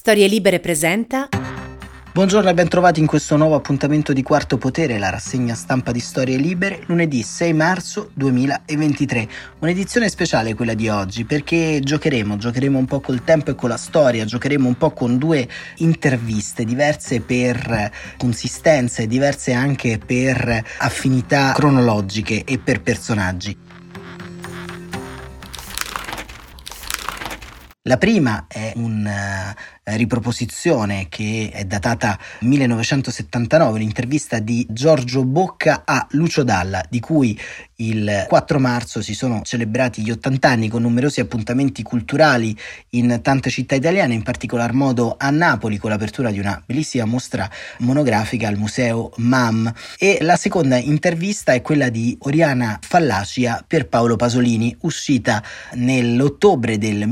Storie Libere presenta. Buongiorno e bentrovati in questo nuovo appuntamento di Quarto Potere, la rassegna stampa di Storie Libere, lunedì 6 marzo 2023. Un'edizione speciale quella di oggi perché giocheremo un po' col tempo e con la storia, giocheremo un po' con due interviste diverse per consistenza e diverse anche per affinità cronologiche e per personaggi. La prima è una riproposizione che è datata 1979, un'intervista di Giorgio Bocca a Lucio Dalla, di cui il 4 marzo si sono celebrati gli 80 anni con numerosi appuntamenti culturali in tante città italiane, in particolar modo a Napoli con l'apertura di una bellissima mostra monografica al Museo MAM. E la seconda intervista è quella di Oriana Fallacia per Paolo Pasolini, uscita nell'ottobre del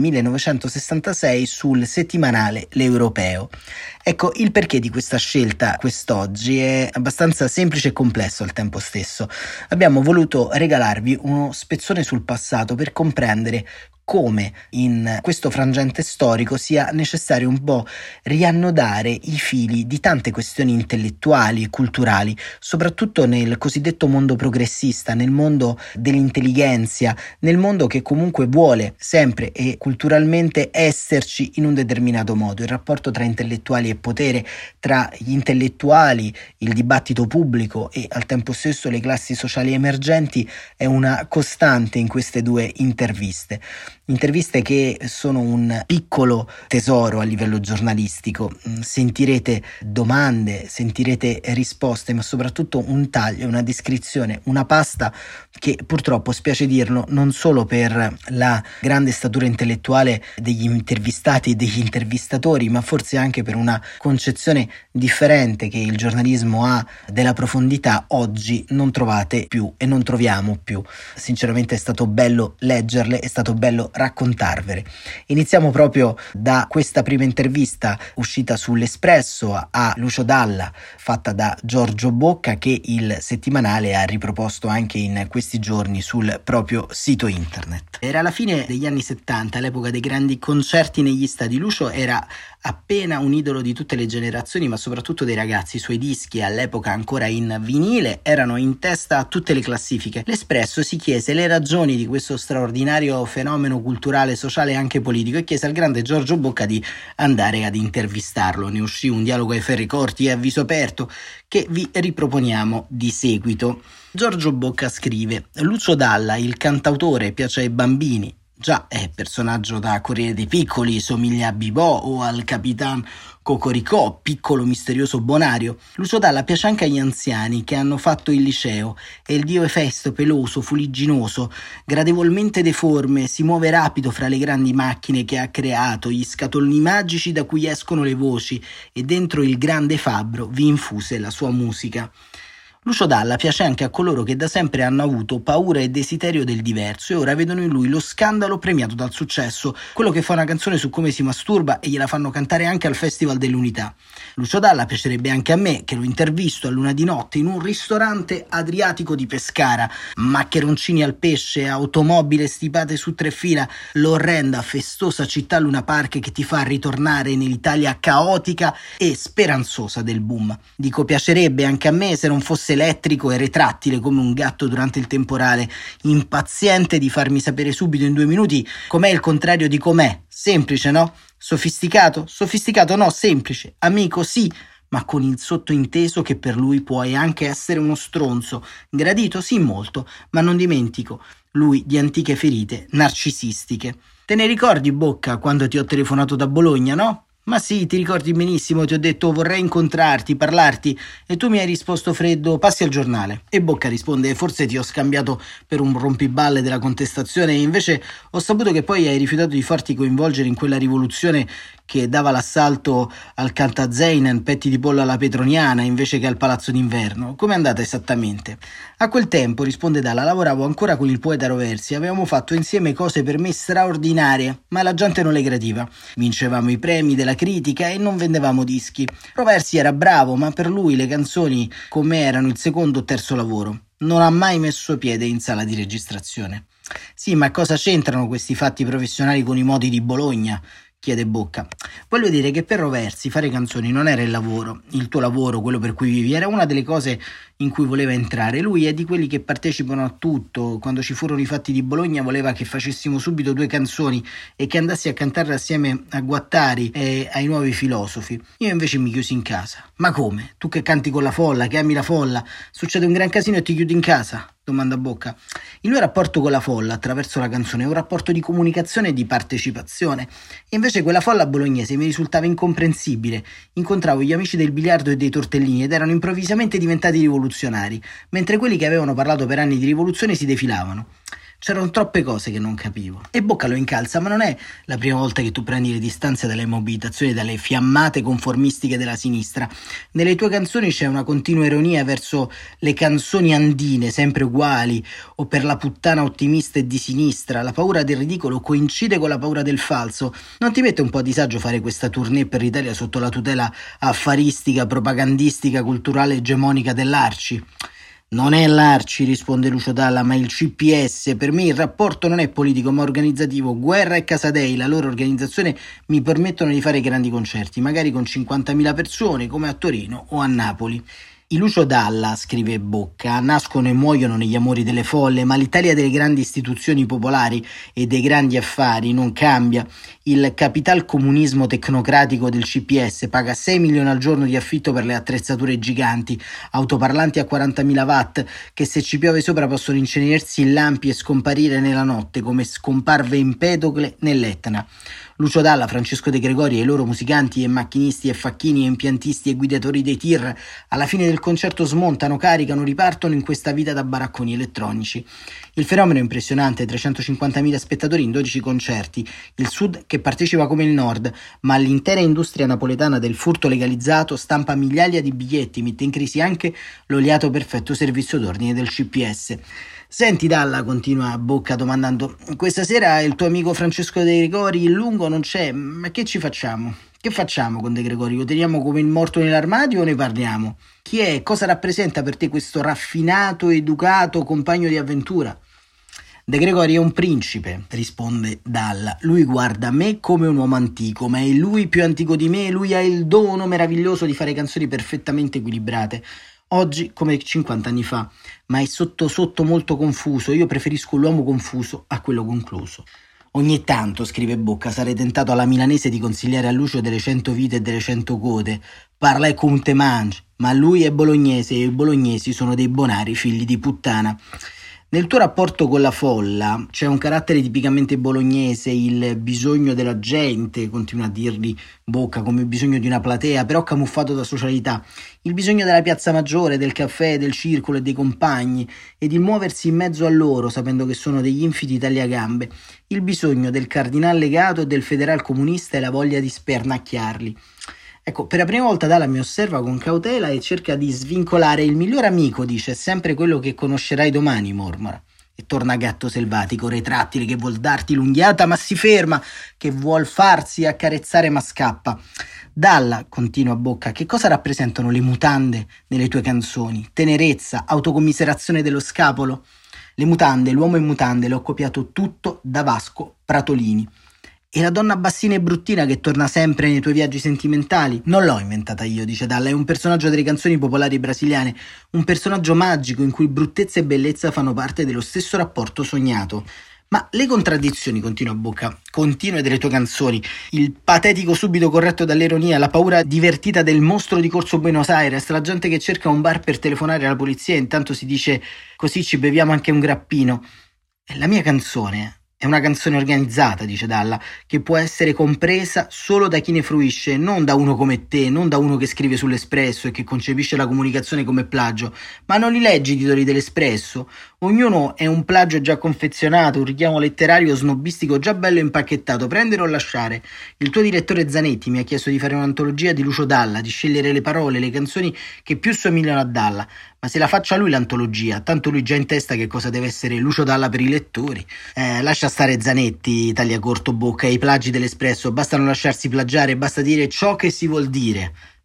1966 sul settimanale L'Europeo. Ecco, il perché di questa scelta quest'oggi è abbastanza semplice e complesso al tempo stesso. Abbiamo voluto regalarvi uno spezzone sul passato per comprendere come in questo frangente storico sia necessario un po' riannodare i fili di tante questioni intellettuali e culturali, soprattutto nel cosiddetto mondo progressista, nel mondo dell'intelligenza, nel mondo che comunque vuole sempre e culturalmente esserci in un determinato modo. Il rapporto tra intellettuali e potere, tra gli intellettuali, il dibattito pubblico e al tempo stesso le classi sociali emergenti è una costante in queste due interviste che sono un piccolo tesoro a livello giornalistico. Sentirete domande, sentirete risposte, ma soprattutto un taglio, una descrizione, una pasta che purtroppo, spiace dirlo, non solo per la grande statura intellettuale degli intervistati e degli intervistatori, ma forse anche per una concezione differente che il giornalismo ha della profondità, oggi non trovate più e non troviamo più. Sinceramente è stato bello leggerle, è stato bello raccontarvele. Iniziamo proprio da questa prima intervista uscita sull'Espresso a Lucio Dalla, fatta da Giorgio Bocca, che il settimanale ha riproposto anche in questi giorni sul proprio sito internet. Era la fine degli anni 70, all'epoca dei grandi concerti negli stadi. Lucio era appena un idolo di tutte le generazioni, ma soprattutto dei ragazzi. I suoi dischi, all'epoca ancora in vinile, erano in testa a tutte le classifiche. L'Espresso si chiese le ragioni di questo straordinario fenomeno culturale, sociale e anche politico e chiese al grande Giorgio Bocca di andare ad intervistarlo. Ne uscì un dialogo ai ferri corti e a viso aperto che vi riproponiamo di seguito. Giorgio Bocca scrive: Lucio Dalla, il cantautore, piace ai bambini. Già è personaggio da Corriere dei Piccoli, somiglia a Bibò o al Capitan Cocoricò, piccolo misterioso bonario. Lucio Dalla piace anche agli anziani che hanno fatto il liceo. È il dio Efesto, peloso, fuligginoso, gradevolmente deforme, si muove rapido fra le grandi macchine che ha creato, gli scatoloni magici da cui escono le voci, e dentro il grande fabbro vi infuse la sua musica. Lucio Dalla piace anche a coloro che da sempre hanno avuto paura e desiderio del diverso e ora vedono in lui lo scandalo premiato dal successo, quello che fa una canzone su come si masturba e gliela fanno cantare anche al Festival dell'Unità. Lucio Dalla piacerebbe anche a me, che lo intervisto a luna di notte in un ristorante adriatico di Pescara, maccheroncini al pesce, automobile stipate su 3 fila, l'orrenda, festosa città Luna Park che ti fa ritornare nell'Italia caotica e speranzosa del boom. Dico piacerebbe anche a me se non fosse elettrico e retrattile come un gatto durante il temporale, impaziente di farmi sapere subito in 2 minuti com'è il contrario di com'è. Semplice, no? Sofisticato? Sofisticato no, semplice. Amico sì, ma con il sottointeso che per lui puoi anche essere uno stronzo. Gradito? Sì, molto, ma non dimentico lui di antiche ferite narcisistiche. Te ne ricordi, Bocca, quando ti ho telefonato da Bologna, no? Ma sì, ti ricordi benissimo, ti ho detto vorrei incontrarti, parlarti e tu mi hai risposto freddo, passi al giornale. E Bocca risponde: forse ti ho scambiato per un rompiballe della contestazione e invece ho saputo che poi hai rifiutato di farti coinvolgere in quella rivoluzione che dava l'assalto al Caltagirone, petti di pollo alla Petroniana invece che al Palazzo d'Inverno. Com'è andata esattamente? A quel tempo, risponde Dalla, lavoravo ancora con il poeta Roversi, avevamo fatto insieme cose per me straordinarie, ma la gente non le gradiva. Vincevamo i premi della critica e non vendevamo dischi. Roversi era bravo, ma per lui le canzoni con me erano il secondo o terzo lavoro. Non ha mai messo piede in sala di registrazione. Sì, ma cosa c'entrano questi fatti professionali con i modi di Bologna? chiede Bocca. Voglio dire che per Roversi fare canzoni non era il lavoro, il tuo lavoro, quello per cui vivi, era una delle cose in cui voleva entrare. Lui è di quelli che partecipano a tutto. Quando ci furono i fatti di Bologna voleva che facessimo subito 2 canzoni e che andassi a cantarle assieme a Guattari e ai Nuovi Filosofi. Io invece mi chiusi in casa. Ma come? Tu che canti con la folla, che ami la folla, succede un gran casino e ti chiudi in casa? Domanda Bocca. Il mio rapporto con la folla attraverso la canzone è un rapporto di comunicazione e di partecipazione, e invece quella folla bolognese mi risultava incomprensibile. Incontravo gli amici del biliardo e dei tortellini ed erano improvvisamente diventati rivoluzionari, mentre quelli che avevano parlato per anni di rivoluzione si defilavano. C'erano troppe cose che non capivo. E Bocca lo incalza, ma non è la prima volta che tu prendi le distanze dalle mobilitazioni, dalle fiammate conformistiche della sinistra. Nelle tue canzoni c'è una continua ironia verso le canzoni andine, sempre uguali, o per la puttana ottimista e di sinistra. La paura del ridicolo coincide con la paura del falso. Non ti mette un po' a disagio fare questa tournée per l'Italia sotto la tutela affaristica, propagandistica, culturale egemonica dell'Arci? Non è l'Arci, risponde Lucio Dalla, ma il CPS. Per me il rapporto non è politico ma organizzativo. Guerra e Casadei, la loro organizzazione, mi permettono di fare grandi concerti, magari con 50.000 persone come a Torino o a Napoli. I Lucio Dalla, scrive Bocca, nascono e muoiono negli amori delle folle, ma l'Italia delle grandi istituzioni popolari e dei grandi affari non cambia. Il capital comunismo tecnocratico del CPS paga 6 milioni al giorno di affitto per le attrezzature giganti, autoparlanti a 40.000 watt, che se ci piove sopra possono incenerirsi in lampi e scomparire nella notte, come scomparve Empedocle nell'Etna. Lucio Dalla, Francesco De Gregori e i loro musicanti e macchinisti e facchini e impiantisti e guidatori dei tir alla fine del concerto smontano, caricano, ripartono in questa vita da baracconi elettronici. Il fenomeno è impressionante, 350.000 spettatori in 12 concerti, il sud che partecipa come il nord, ma l'intera industria napoletana del furto legalizzato stampa migliaia di biglietti, mette in crisi anche l'oliato perfetto servizio d'ordine del CPS. Senti Dalla, continua Bocca domandando, questa sera il tuo amico Francesco De Gregori, il lungo non c'è, ma che ci facciamo? Che facciamo con De Gregori? Lo teniamo come il morto nell'armadio o ne parliamo? Chi è? Cosa rappresenta per te questo raffinato, educato compagno di avventura? De Gregori è un principe, risponde Dalla. Lui guarda me come un uomo antico, ma è lui più antico di me, lui ha il dono meraviglioso di fare canzoni perfettamente equilibrate. Oggi come 50 anni fa, ma è sotto sotto molto confuso. Io preferisco l'uomo confuso a quello concluso. Ogni tanto, scrive Bocca, sarei tentato alla milanese di consigliare a Lucio delle 100 vite e delle 100 code. Parla e cum te mangi, ma lui è bolognese e i bolognesi sono dei bonari figli di puttana. Nel tuo rapporto con la folla c'è un carattere tipicamente bolognese, il bisogno della gente, continua a dirgli Bocca, come bisogno di una platea, però camuffato da socialità, il bisogno della piazza maggiore, del caffè, del circolo e dei compagni, e di muoversi in mezzo a loro sapendo che sono degli infidi tagliagambe, il bisogno del cardinal legato e del federal comunista e la voglia di spernacchiarli. Ecco, per la prima volta Dalla mi osserva con cautela e cerca di svincolare. Il miglior amico, dice, è sempre quello che conoscerai domani, mormora. E torna gatto selvatico, retrattile, che vuol darti l'unghiata ma si ferma, che vuol farsi accarezzare ma scappa. Dalla, continua Bocca, che cosa rappresentano le mutande nelle tue canzoni? Tenerezza, autocommiserazione dello scapolo? Le mutande, l'uomo in mutande, l'ho copiato tutto da Vasco Pratolini. E la donna bassina e bruttina che torna sempre nei tuoi viaggi sentimentali? Non l'ho inventata io, dice Dalla, è un personaggio delle canzoni popolari brasiliane, un personaggio magico in cui bruttezza e bellezza fanno parte dello stesso rapporto sognato. Ma le contraddizioni, continua Bocca, continue delle tue canzoni, il patetico subito corretto dall'ironia, la paura divertita del mostro di Corso Buenos Aires, la gente che cerca un bar per telefonare alla polizia e intanto si dice così ci beviamo anche un grappino. E la mia canzone è una canzone organizzata, dice Dalla, che può essere compresa solo da chi ne fruisce, non da uno come te, non da uno che scrive sull'Espresso e che concepisce la comunicazione come plagio. Ma non li leggi i titoli dell'Espresso? Ognuno è un plagio già confezionato, un richiamo letterario snobbistico già bello impacchettato, prendere o lasciare. Il tuo direttore Zanetti mi ha chiesto di fare un'antologia di Lucio Dalla, di scegliere le parole, le canzoni che più somigliano a Dalla. Ma se la faccia lui l'antologia, tanto lui già in testa che cosa deve essere Lucio Dalla per i lettori. Lascia stare Zanetti, tagliacorto Bocca, e i plagi dell'Espresso, basta non lasciarsi plagiare, basta dire ciò che si vuol dire.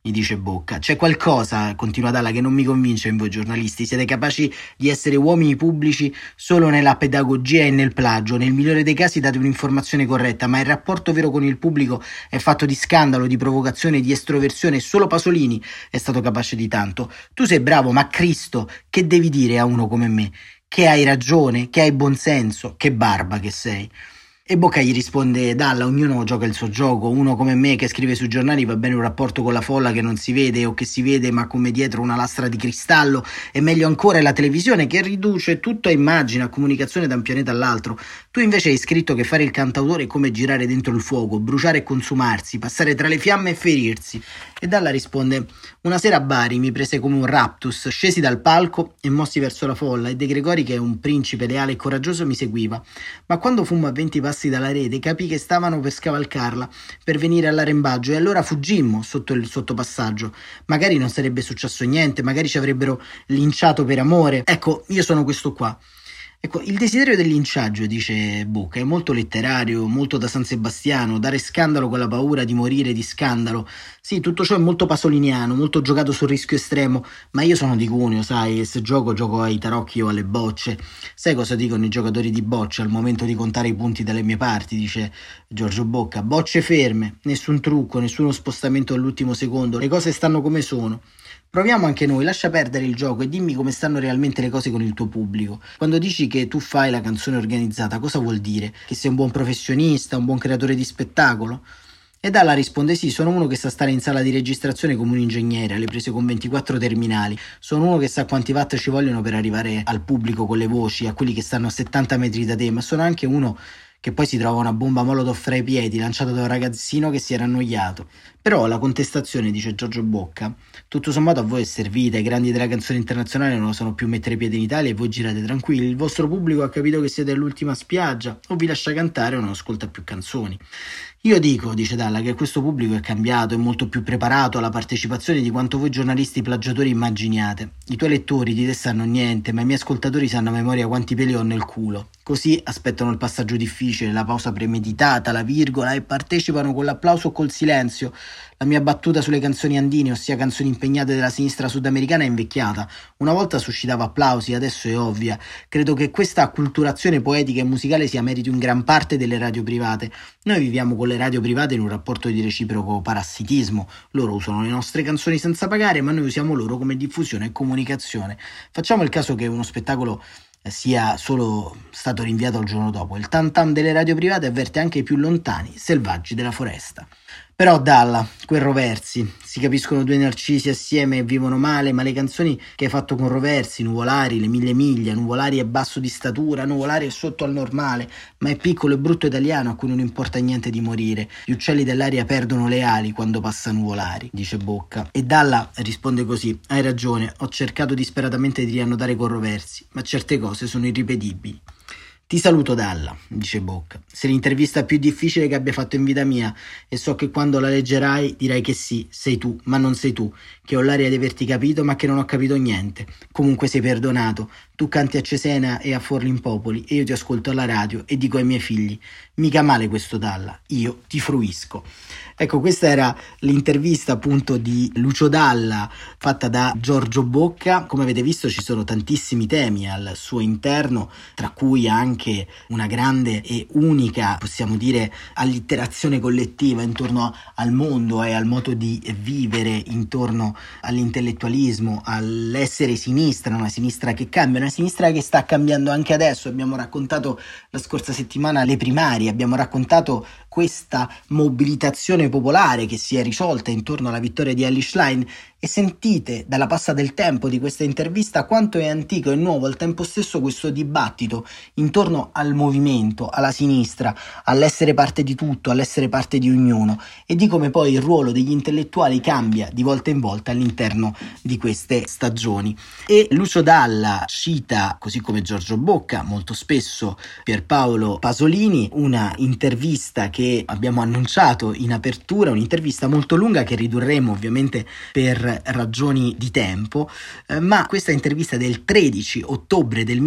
gli dice Bocca. C'è qualcosa, continua Dalla, che non mi convince in voi giornalisti. Siete capaci di essere uomini pubblici solo nella pedagogia e nel plagio. Nel migliore dei casi date un'informazione corretta, ma il rapporto vero con il pubblico è fatto di scandalo, di provocazione, di estroversione. Solo Pasolini è stato capace di tanto. Tu sei bravo, ma Cristo, che devi dire a uno come me? Che hai ragione, che hai buonsenso, che barba che sei. E Bocca gli risponde: Dalla, ognuno gioca il suo gioco. Uno come me che scrive sui giornali va bene un rapporto con la folla che non si vede o che si vede ma come dietro una lastra di cristallo, e meglio ancora è la televisione che riduce tutto a immagine, a comunicazione da un pianeta all'altro. Tu invece hai scritto che fare il cantautore è come girare dentro il fuoco, bruciare e consumarsi, passare tra le fiamme e ferirsi. E Dalla risponde: una sera a Bari mi prese come un raptus, scesi dal palco e mossi verso la folla, e De Gregori, che è un principe leale e coraggioso, mi seguiva. Ma quando fummo a 20 passi dalla rete capì che stavano per scavalcarla, per venire all'arrembaggio, e allora fuggimmo sotto il sottopassaggio. Magari non sarebbe successo niente, magari ci avrebbero linciato per amore. Ecco, io sono questo qua. Ecco, il desiderio del linciaggio, dice Bocca, è molto letterario, molto da San Sebastiano, dare scandalo con la paura di morire di scandalo. Sì, tutto ciò è molto pasoliniano, molto giocato sul rischio estremo, ma io sono di Cuneo, sai, e se gioco ai tarocchi o alle bocce. Sai cosa dicono i giocatori di bocce al momento di contare i punti dalle mie parti, dice Giorgio Bocca. Bocce ferme, nessun trucco, nessuno spostamento all'ultimo secondo, le cose stanno come sono. Proviamo anche noi, lascia perdere il gioco e dimmi come stanno realmente le cose con il tuo pubblico. Quando dici che tu fai la canzone organizzata, cosa vuol dire? Che sei un buon professionista, un buon creatore di spettacolo? E Dalla risponde: sì, sono uno che sa stare in sala di registrazione come un ingegnere, alle prese con 24 terminali. Sono uno che sa quanti watt ci vogliono per arrivare al pubblico con le voci, a quelli che stanno a 70 metri da te, ma sono anche uno che poi si trova una bomba Molotov fra i piedi lanciata da un ragazzino che si era annoiato. Però la contestazione, dice Giorgio Bocca, tutto sommato a voi è servita, i grandi della canzone internazionale non osano più mettere piede in Italia e voi girate tranquilli, il vostro pubblico ha capito che siete all'ultima spiaggia, o vi lascia cantare o non ascolta più canzoni. Io dico, dice Dalla, che questo pubblico è cambiato, è molto più preparato alla partecipazione di quanto voi giornalisti plagiatori immaginiate. I tuoi lettori di te sanno niente, ma i miei ascoltatori sanno a memoria quanti peli ho nel culo. Così aspettano il passaggio difficile, la pausa premeditata, la virgola, e partecipano con l'applauso o col silenzio. La mia battuta sulle canzoni andine, ossia canzoni impegnate della sinistra sudamericana, è invecchiata. Una volta suscitava applausi, adesso è ovvia. Credo che questa acculturazione poetica e musicale sia merito in gran parte delle radio private. Noi viviamo con le radio private in un rapporto di reciproco parassitismo. Loro usano le nostre canzoni senza pagare, ma noi usiamo loro come diffusione e comunicazione. Facciamo il caso che uno spettacolo sia solo stato rinviato al giorno dopo. Il tam tam delle radio private avverte anche i più lontani selvaggi della foresta. Però Dalla, quel Roversi, si capiscono due narcisi assieme e vivono male, ma le canzoni che hai fatto con Roversi, Nuvolari, Le mille miglia, Nuvolari è basso di statura, Nuvolari è sotto al normale, ma è piccolo e brutto italiano a cui non importa niente di morire. Gli uccelli dell'aria perdono le ali quando passa Nuvolari, dice Bocca. E Dalla risponde così: hai ragione, ho cercato disperatamente di riannodare con Roversi, ma certe cose sono irripetibili. Ti saluto Dalla, dice Bocca. Sei l'intervista più difficile che abbia fatto in vita mia e so che quando la leggerai dirai che sì, sei tu, ma non sei tu, che ho l'aria di averti capito ma che non ho capito niente. Comunque sei perdonato. Tu canti a Cesena e a Forlimpopoli e io ti ascolto alla radio e dico ai miei figli: mica male questo Dalla, io ti fruisco. Ecco, questa era l'intervista appunto di Lucio Dalla fatta da Giorgio Bocca. Come avete visto ci sono tantissimi temi al suo interno, tra cui anche una grande e unica, possiamo dire, allitterazione collettiva intorno al mondo e al modo di vivere, intorno all'intellettualismo, all'essere sinistra, una sinistra che cambia, una sinistra che sta cambiando anche adesso. Abbiamo raccontato la scorsa settimana le primarie, abbiamo raccontato questa mobilitazione popolare che si è risolta intorno alla vittoria di Elly Schlein, e sentite dalla passa del tempo di questa intervista quanto è antico e nuovo al tempo stesso questo dibattito intorno al movimento, alla sinistra, all'essere parte di tutto, all'essere parte di ognuno, e di come poi il ruolo degli intellettuali cambia di volta in volta all'interno di queste stagioni. E Lucio Dalla cita, così come Giorgio Bocca, molto spesso Pierpaolo Pasolini, una intervista che che abbiamo annunciato in apertura, un'intervista molto lunga che ridurremo ovviamente per ragioni di tempo, ma questa intervista del 13 ottobre del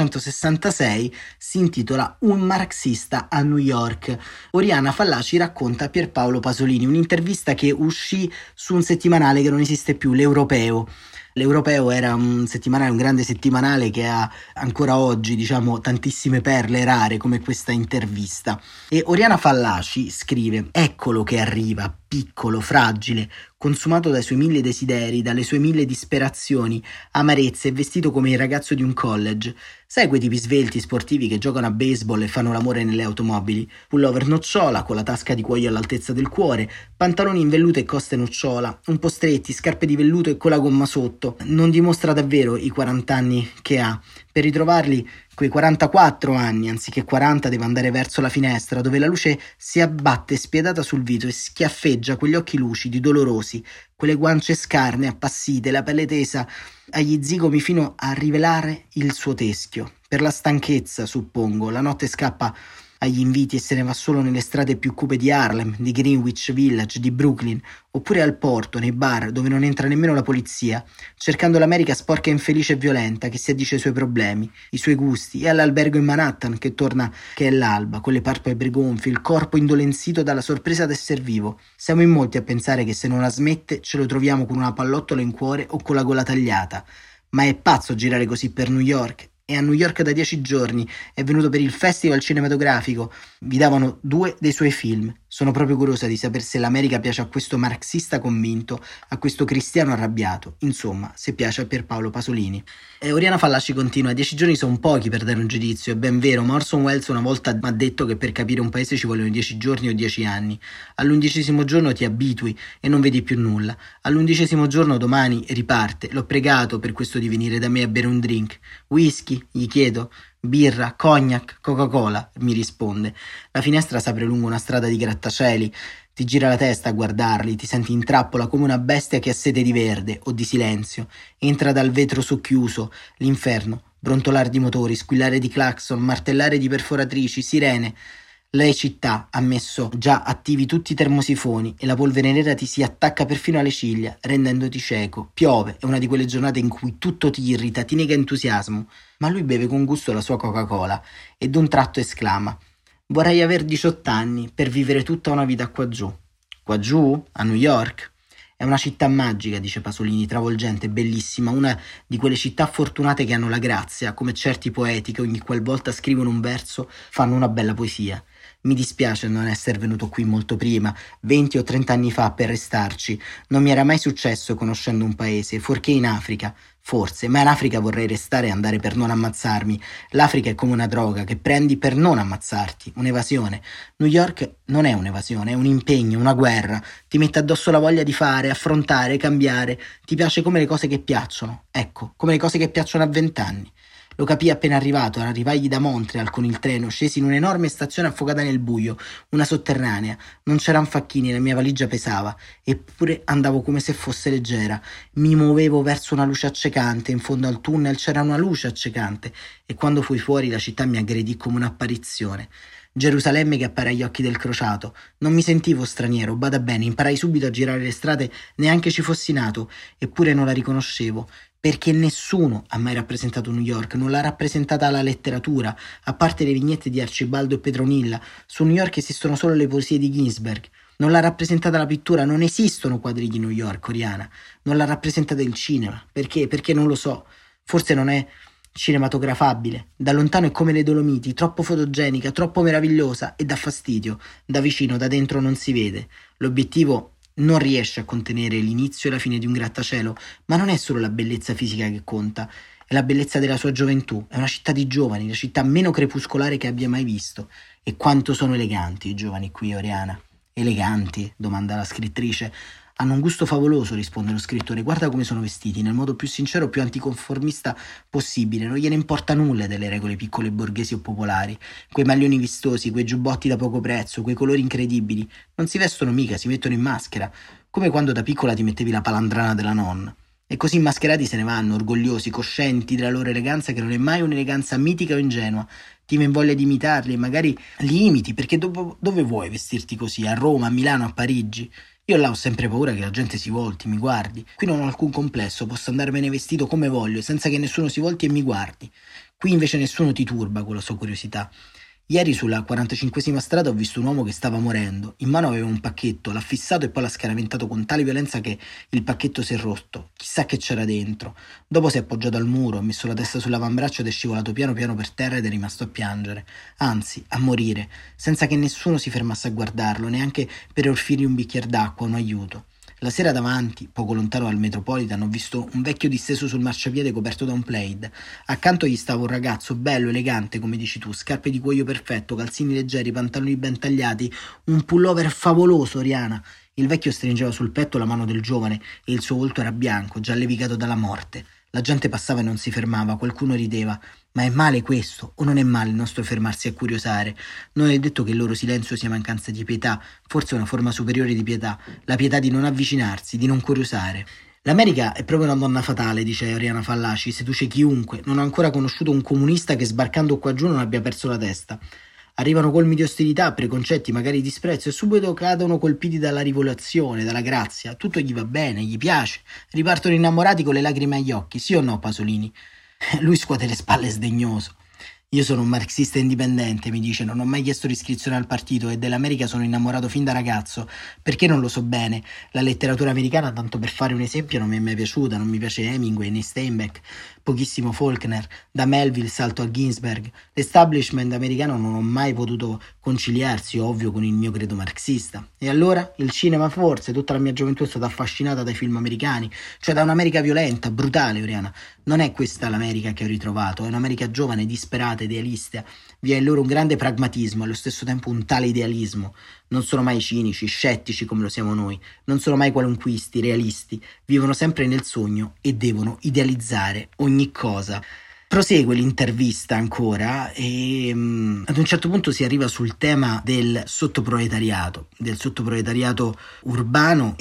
1966 si intitola Un marxista a New York. Oriana Fallaci racconta Pierpaolo Pasolini, un'intervista che uscì su un settimanale che non esiste più, l'Europeo. L'Europeo era un settimanale, un grande settimanale che ha ancora oggi, diciamo, tantissime perle rare come questa intervista. E Oriana Fallaci scrive: eccolo che arriva, piccolo, fragile, consumato dai suoi 1000 desideri, dalle sue 1000 disperazioni, amarezze e vestito come il ragazzo di un college. Sai quei tipi svelti sportivi che giocano a baseball e fanno l'amore nelle automobili? Pullover nocciola, con la tasca di cuoio all'altezza del cuore, pantaloni in velluto e coste nocciola, un po' stretti, scarpe di velluto e con la gomma sotto. Non dimostra davvero i 40 anni che ha. Per ritrovarli, quei 44 anni, anziché 40, deve andare verso la finestra, dove la luce si abbatte spietata sul viso e schiaffeggia quegli occhi lucidi, dolorosi, quelle guance scarne, appassite, la pelle tesa agli zigomi fino a rivelare il suo teschio. Per la stanchezza, suppongo, la notte scappa agli inviti e se ne va solo nelle strade più cupe di Harlem, di Greenwich Village, di Brooklyn, oppure al porto, nei bar dove non entra nemmeno la polizia, cercando l'America sporca, infelice e violenta che si addice ai suoi problemi, i suoi gusti, e all'albergo in Manhattan che torna che è l'alba, con le palpebre gonfie, il corpo indolenzito dalla sorpresa d'esser vivo. Siamo in molti a pensare che se non la smette ce lo troviamo con una pallottola in cuore o con la gola tagliata. Ma è pazzo girare così per New York? È a New York da 10 giorni, è venuto per il festival cinematografico, vi davano 2 dei suoi film. Sono proprio curiosa di sapere se l'America piace a questo marxista convinto, a questo cristiano arrabbiato, insomma, se piace a Pierpaolo Pasolini. E Oriana Fallaci continua: 10 giorni sono pochi per dare un giudizio, è ben vero, ma Orson Welles una volta mi ha detto che per capire un paese ci vogliono 10 giorni o 10 anni. All'11° giorno ti abitui e non vedi più nulla. All'11° giorno domani riparte. L'ho pregato per questo di venire da me a bere un drink. Whisky? Gli chiedo. Birra, cognac, Coca-Cola, mi risponde. La finestra s'apre lungo una strada di grattacieli. Ti gira la testa a guardarli, ti senti in trappola come una bestia che ha sete di verde o di silenzio. Entra dal vetro socchiuso, l'inferno, brontolare di motori, squillare di clacson, martellare di perforatrici, sirene. Le città ha messo già attivi tutti i termosifoni e la polvere nera ti si attacca perfino alle ciglia, rendendoti cieco. Piove, è una di quelle giornate in cui tutto ti irrita, ti nega entusiasmo. Ma lui beve con gusto la sua Coca-Cola e d'un tratto esclama: vorrei aver 18 anni per vivere tutta una vita qua giù. Qua giù? A New York? È una città magica, dice Pasolini, travolgente, bellissima, una di quelle città fortunate che hanno la grazia, come certi poeti che ogni qualvolta scrivono un verso fanno una bella poesia. Mi dispiace non essere venuto qui molto prima, 20 o 30 anni fa, per restarci. Non mi era mai successo conoscendo un paese, fuorché in Africa. Forse, ma in Africa vorrei restare e andare per non ammazzarmi. L'Africa è come una droga che prendi per non ammazzarti, un'evasione. New York non è un'evasione, è un impegno, una guerra. Ti mette addosso la voglia di fare, affrontare, cambiare. Ti piace come le cose che piacciono. Ecco, come le cose che piacciono a 20 anni. Lo capii appena arrivato, arrivai da Montreal con il treno, scesi in un'enorme stazione affogata nel buio, una sotterranea. Non c'eran facchini, la mia valigia pesava, eppure andavo come se fosse leggera. Mi muovevo verso una luce accecante, in fondo al tunnel c'era una luce accecante, e quando fui fuori la città mi aggredì come un'apparizione. Gerusalemme che appare agli occhi del crociato. Non mi sentivo straniero, bada bene, imparai subito a girare le strade neanche ci fossi nato, eppure non la riconoscevo. Perché nessuno ha mai rappresentato New York, non l'ha rappresentata la letteratura, a parte le vignette di Arcibaldo e Petronilla. Su New York esistono solo le poesie di Ginsberg. Non l'ha rappresentata la pittura, non esistono quadri di New York, Oriana. Non l'ha rappresentata il cinema. Perché? Perché non lo so. Forse non è cinematografabile. Da lontano è come le Dolomiti, troppo fotogenica, troppo meravigliosa e dà fastidio. Da vicino, da dentro non si vede. L'obiettivo non riesce a contenere l'inizio e la fine di un grattacielo, ma non è solo la bellezza fisica che conta, è la bellezza della sua gioventù. È una città di giovani, la città meno crepuscolare che abbia mai visto. E quanto sono eleganti i giovani qui, Oriana. Eleganti? Domanda la scrittrice. Hanno un gusto favoloso, risponde lo scrittore. Guarda come sono vestiti, nel modo più sincero, più anticonformista possibile. Non gliene importa nulla delle regole piccole borghesi o popolari. Quei maglioni vistosi, quei giubbotti da poco prezzo, quei colori incredibili. Non si vestono mica, si mettono in maschera. Come quando da piccola ti mettevi la palandrana della nonna. E così mascherati se ne vanno, orgogliosi, coscienti della loro eleganza, che non è mai un'eleganza mitica o ingenua. Ti viene voglia di imitarli e magari li imiti, perché dove vuoi vestirti così? A Roma, a Milano, a Parigi? Io là ho sempre paura che la gente si volti, mi guardi. Qui non ho alcun complesso, posso andarmene vestito come voglio, senza che nessuno si volti e mi guardi. Qui invece nessuno ti turba con la sua curiosità. Ieri sulla 45esima strada ho visto un uomo che stava morendo. In mano aveva un pacchetto, l'ha fissato e poi l'ha scaraventato con tale violenza che il pacchetto si è rotto. Chissà che c'era dentro. Dopo si è appoggiato al muro, ha messo la testa sull'avambraccio ed è scivolato piano piano per terra ed è rimasto a piangere. Anzi, a morire, senza che nessuno si fermasse a guardarlo, neanche per offrirgli un bicchiere d'acqua, un aiuto. La sera davanti, poco lontano dal Metropolitan, ho visto un vecchio disteso sul marciapiede coperto da un plaid. Accanto gli stava un ragazzo bello, elegante, come dici tu, scarpe di cuoio perfetto, calzini leggeri, pantaloni ben tagliati, un pullover favoloso, Oriana. Il vecchio stringeva sul petto la mano del giovane e il suo volto era bianco, già levigato dalla morte. La gente passava e non si fermava, qualcuno rideva. Ma è male questo, o non è male il nostro fermarsi a curiosare? Non è detto che il loro silenzio sia mancanza di pietà, forse una forma superiore di pietà, la pietà di non avvicinarsi, di non curiosare. L'America è proprio una donna fatale, dice Oriana Fallaci, seduce chiunque. Non ho ancora conosciuto un comunista che sbarcando qua giù non abbia perso la testa. Arrivano colmi di ostilità, preconcetti, magari disprezzo e subito cadono colpiti dalla rivelazione, dalla grazia. Tutto gli va bene, gli piace. Ripartono innamorati con le lacrime agli occhi, sì o no, Pasolini? Lui scuote le spalle sdegnoso. Io sono un marxista indipendente, mi dice, non ho mai chiesto l'iscrizione al partito e dell'America sono innamorato fin da ragazzo. Perché non lo so bene? La letteratura americana, tanto per fare un esempio, non mi è mai piaciuta, non mi piace Hemingway né Steinbeck, pochissimo Faulkner, da Melville salto a Ginsberg. L'establishment americano non ho mai potuto conciliarsi, ovvio, con il mio credo marxista. E allora? Il cinema forse, tutta la mia gioventù è stata affascinata dai film americani, cioè da un'America violenta, brutale, Oriana. Non è questa l'America che ho ritrovato, è un'America giovane, disperata, idealista. Vi è in loro un grande pragmatismo e allo stesso tempo un tale idealismo. Non sono mai cinici, scettici come lo siamo noi, non sono mai qualunquisti, realisti, vivono sempre nel sogno e devono idealizzare ogni cosa. Prosegue l'intervista ancora e ad un certo punto si arriva sul tema del sottoproletariato urbano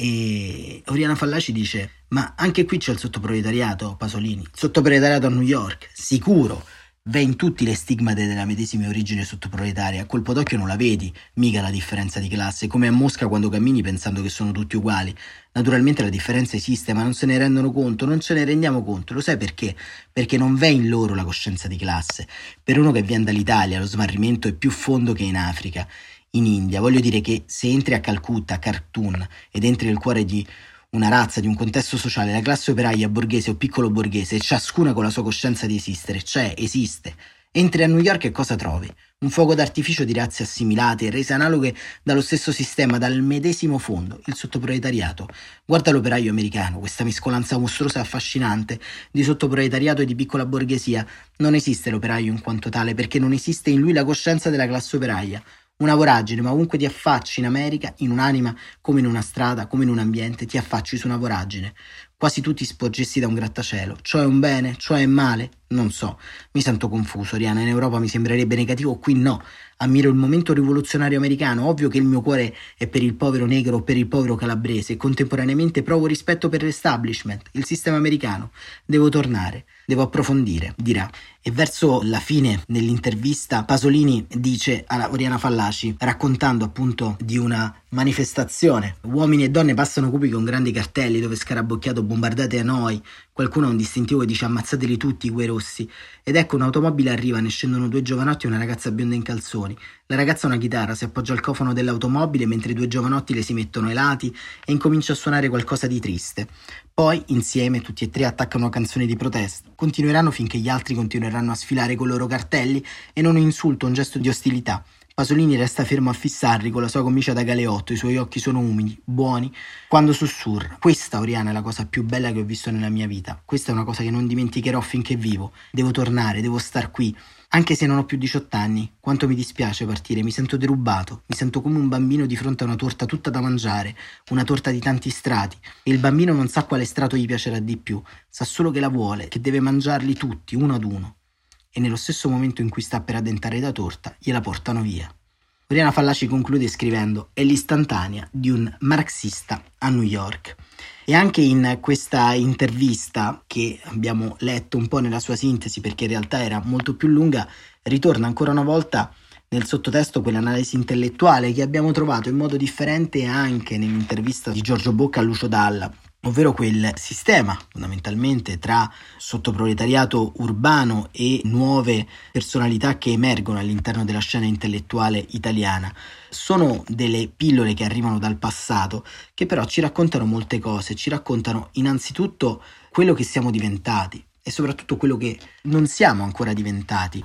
e Oriana Fallaci dice: ma anche qui c'è il sottoproletariato, Pasolini, il sottoproletariato a New York, sicuro. V'è in tutti le stigmate della medesima origine sottoproletaria, a colpo d'occhio non la vedi, mica la differenza di classe, come a Mosca quando cammini pensando che sono tutti uguali. Naturalmente la differenza esiste, ma non se ne rendono conto, non ce ne rendiamo conto, lo sai perché? Perché non v'è in loro la coscienza di classe. Per uno che viene dall'Italia lo smarrimento è più fondo che in Africa, in India. Voglio dire che se entri a Calcutta, a Khartoum, ed entri nel cuore di una razza, di un contesto sociale, la classe operaia, borghese o piccolo borghese, ciascuna con la sua coscienza di esistere, cioè esiste. Entri a New York e cosa trovi? Un fuoco d'artificio di razze assimilate, rese analoghe dallo stesso sistema, dal medesimo fondo, il sottoproletariato. Guarda l'operaio americano, questa mescolanza mostruosa e affascinante di sottoproletariato e di piccola borghesia. Non esiste l'operaio in quanto tale, perché non esiste in lui la coscienza della classe operaia. Una voragine, ma ovunque ti affacci in America, in un'anima, come in una strada, come in un ambiente, ti affacci su una voragine. Quasi tu ti sporgessi da un grattacielo. Ciò è un bene? Ciò è male? Non so. Mi sento confuso, Oriana. In Europa mi sembrerebbe negativo, qui no. Ammiro il momento rivoluzionario americano. Ovvio che il mio cuore è per il povero negro o per il povero calabrese. Contemporaneamente provo rispetto per l'establishment, il sistema americano. Devo tornare, devo approfondire, dirà. E verso la fine dell'intervista Pasolini dice a Oriana Fallaci, raccontando appunto di una manifestazione: uomini e donne passano cupi con grandi cartelli dove scarabocchiato bombardate a noi, qualcuno ha un distintivo che dice ammazzateli tutti quei rossi, ed ecco un'automobile arriva, ne scendono due giovanotti e una ragazza bionda in calzoni. La ragazza ha una chitarra, si appoggia al cofano dell'automobile mentre i due giovanotti le si mettono ai lati e incomincia a suonare qualcosa di triste. Poi, insieme, tutti e tre attaccano una canzone di protesta. Continueranno finché gli altri continueranno a sfilare con i loro cartelli e non un insulto, un gesto di ostilità. Pasolini resta fermo a fissarli con la sua camicia da galeotto, i suoi occhi sono umidi, buoni, quando sussurra: questa, Oriana, è la cosa più bella che ho visto nella mia vita. Questa è una cosa che non dimenticherò finché vivo. Devo tornare, devo star qui. Anche se non ho più 18 anni, quanto mi dispiace partire, mi sento derubato, mi sento come un bambino di fronte a una torta tutta da mangiare, una torta di tanti strati, e il bambino non sa quale strato gli piacerà di più, sa solo che la vuole, che deve mangiarli tutti, uno ad uno. E nello stesso momento in cui sta per addentare la torta, gliela portano via. Oriana Fallaci conclude scrivendo: è l'istantanea di un marxista a New York. E anche in questa intervista, che abbiamo letto un po' nella sua sintesi perché in realtà era molto più lunga, ritorna ancora una volta nel sottotesto quell'analisi intellettuale che abbiamo trovato in modo differente anche nell'intervista di Giorgio Bocca a Lucio Dalla, ovvero quel sistema fondamentalmente tra sottoproletariato urbano e nuove personalità che emergono all'interno della scena intellettuale italiana. Sono delle pillole che arrivano dal passato, che però ci raccontano molte cose, ci raccontano innanzitutto quello che siamo diventati e soprattutto quello che non siamo ancora diventati.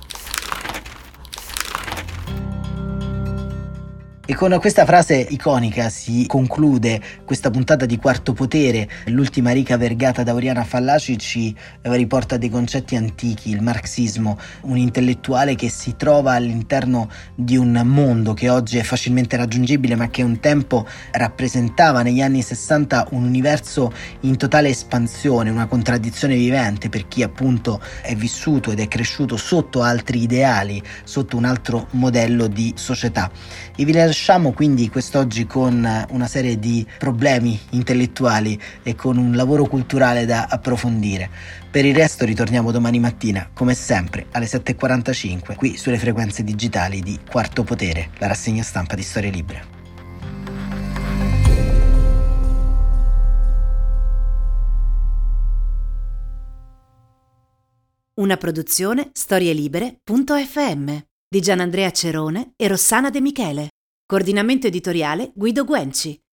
E con questa frase iconica si conclude questa puntata di Quarto Potere. L'ultima riga vergata da Oriana Fallaci ci riporta a dei concetti antichi, il marxismo, un intellettuale che si trova all'interno di un mondo che oggi è facilmente raggiungibile ma che un tempo rappresentava negli anni 60 un universo in totale espansione, una contraddizione vivente per chi appunto è vissuto ed è cresciuto sotto altri ideali, sotto un altro modello di società. E vi lasciamo quindi quest'oggi con una serie di problemi intellettuali e con un lavoro culturale da approfondire. Per il resto ritorniamo domani mattina, come sempre, alle 7:45, qui sulle frequenze digitali di Quarto Potere, la rassegna stampa di Storie Libere. Una produzione storielibere.fm di Gianandrea Cerone e Rossana De Michele. Coordinamento editoriale Guido Guenci.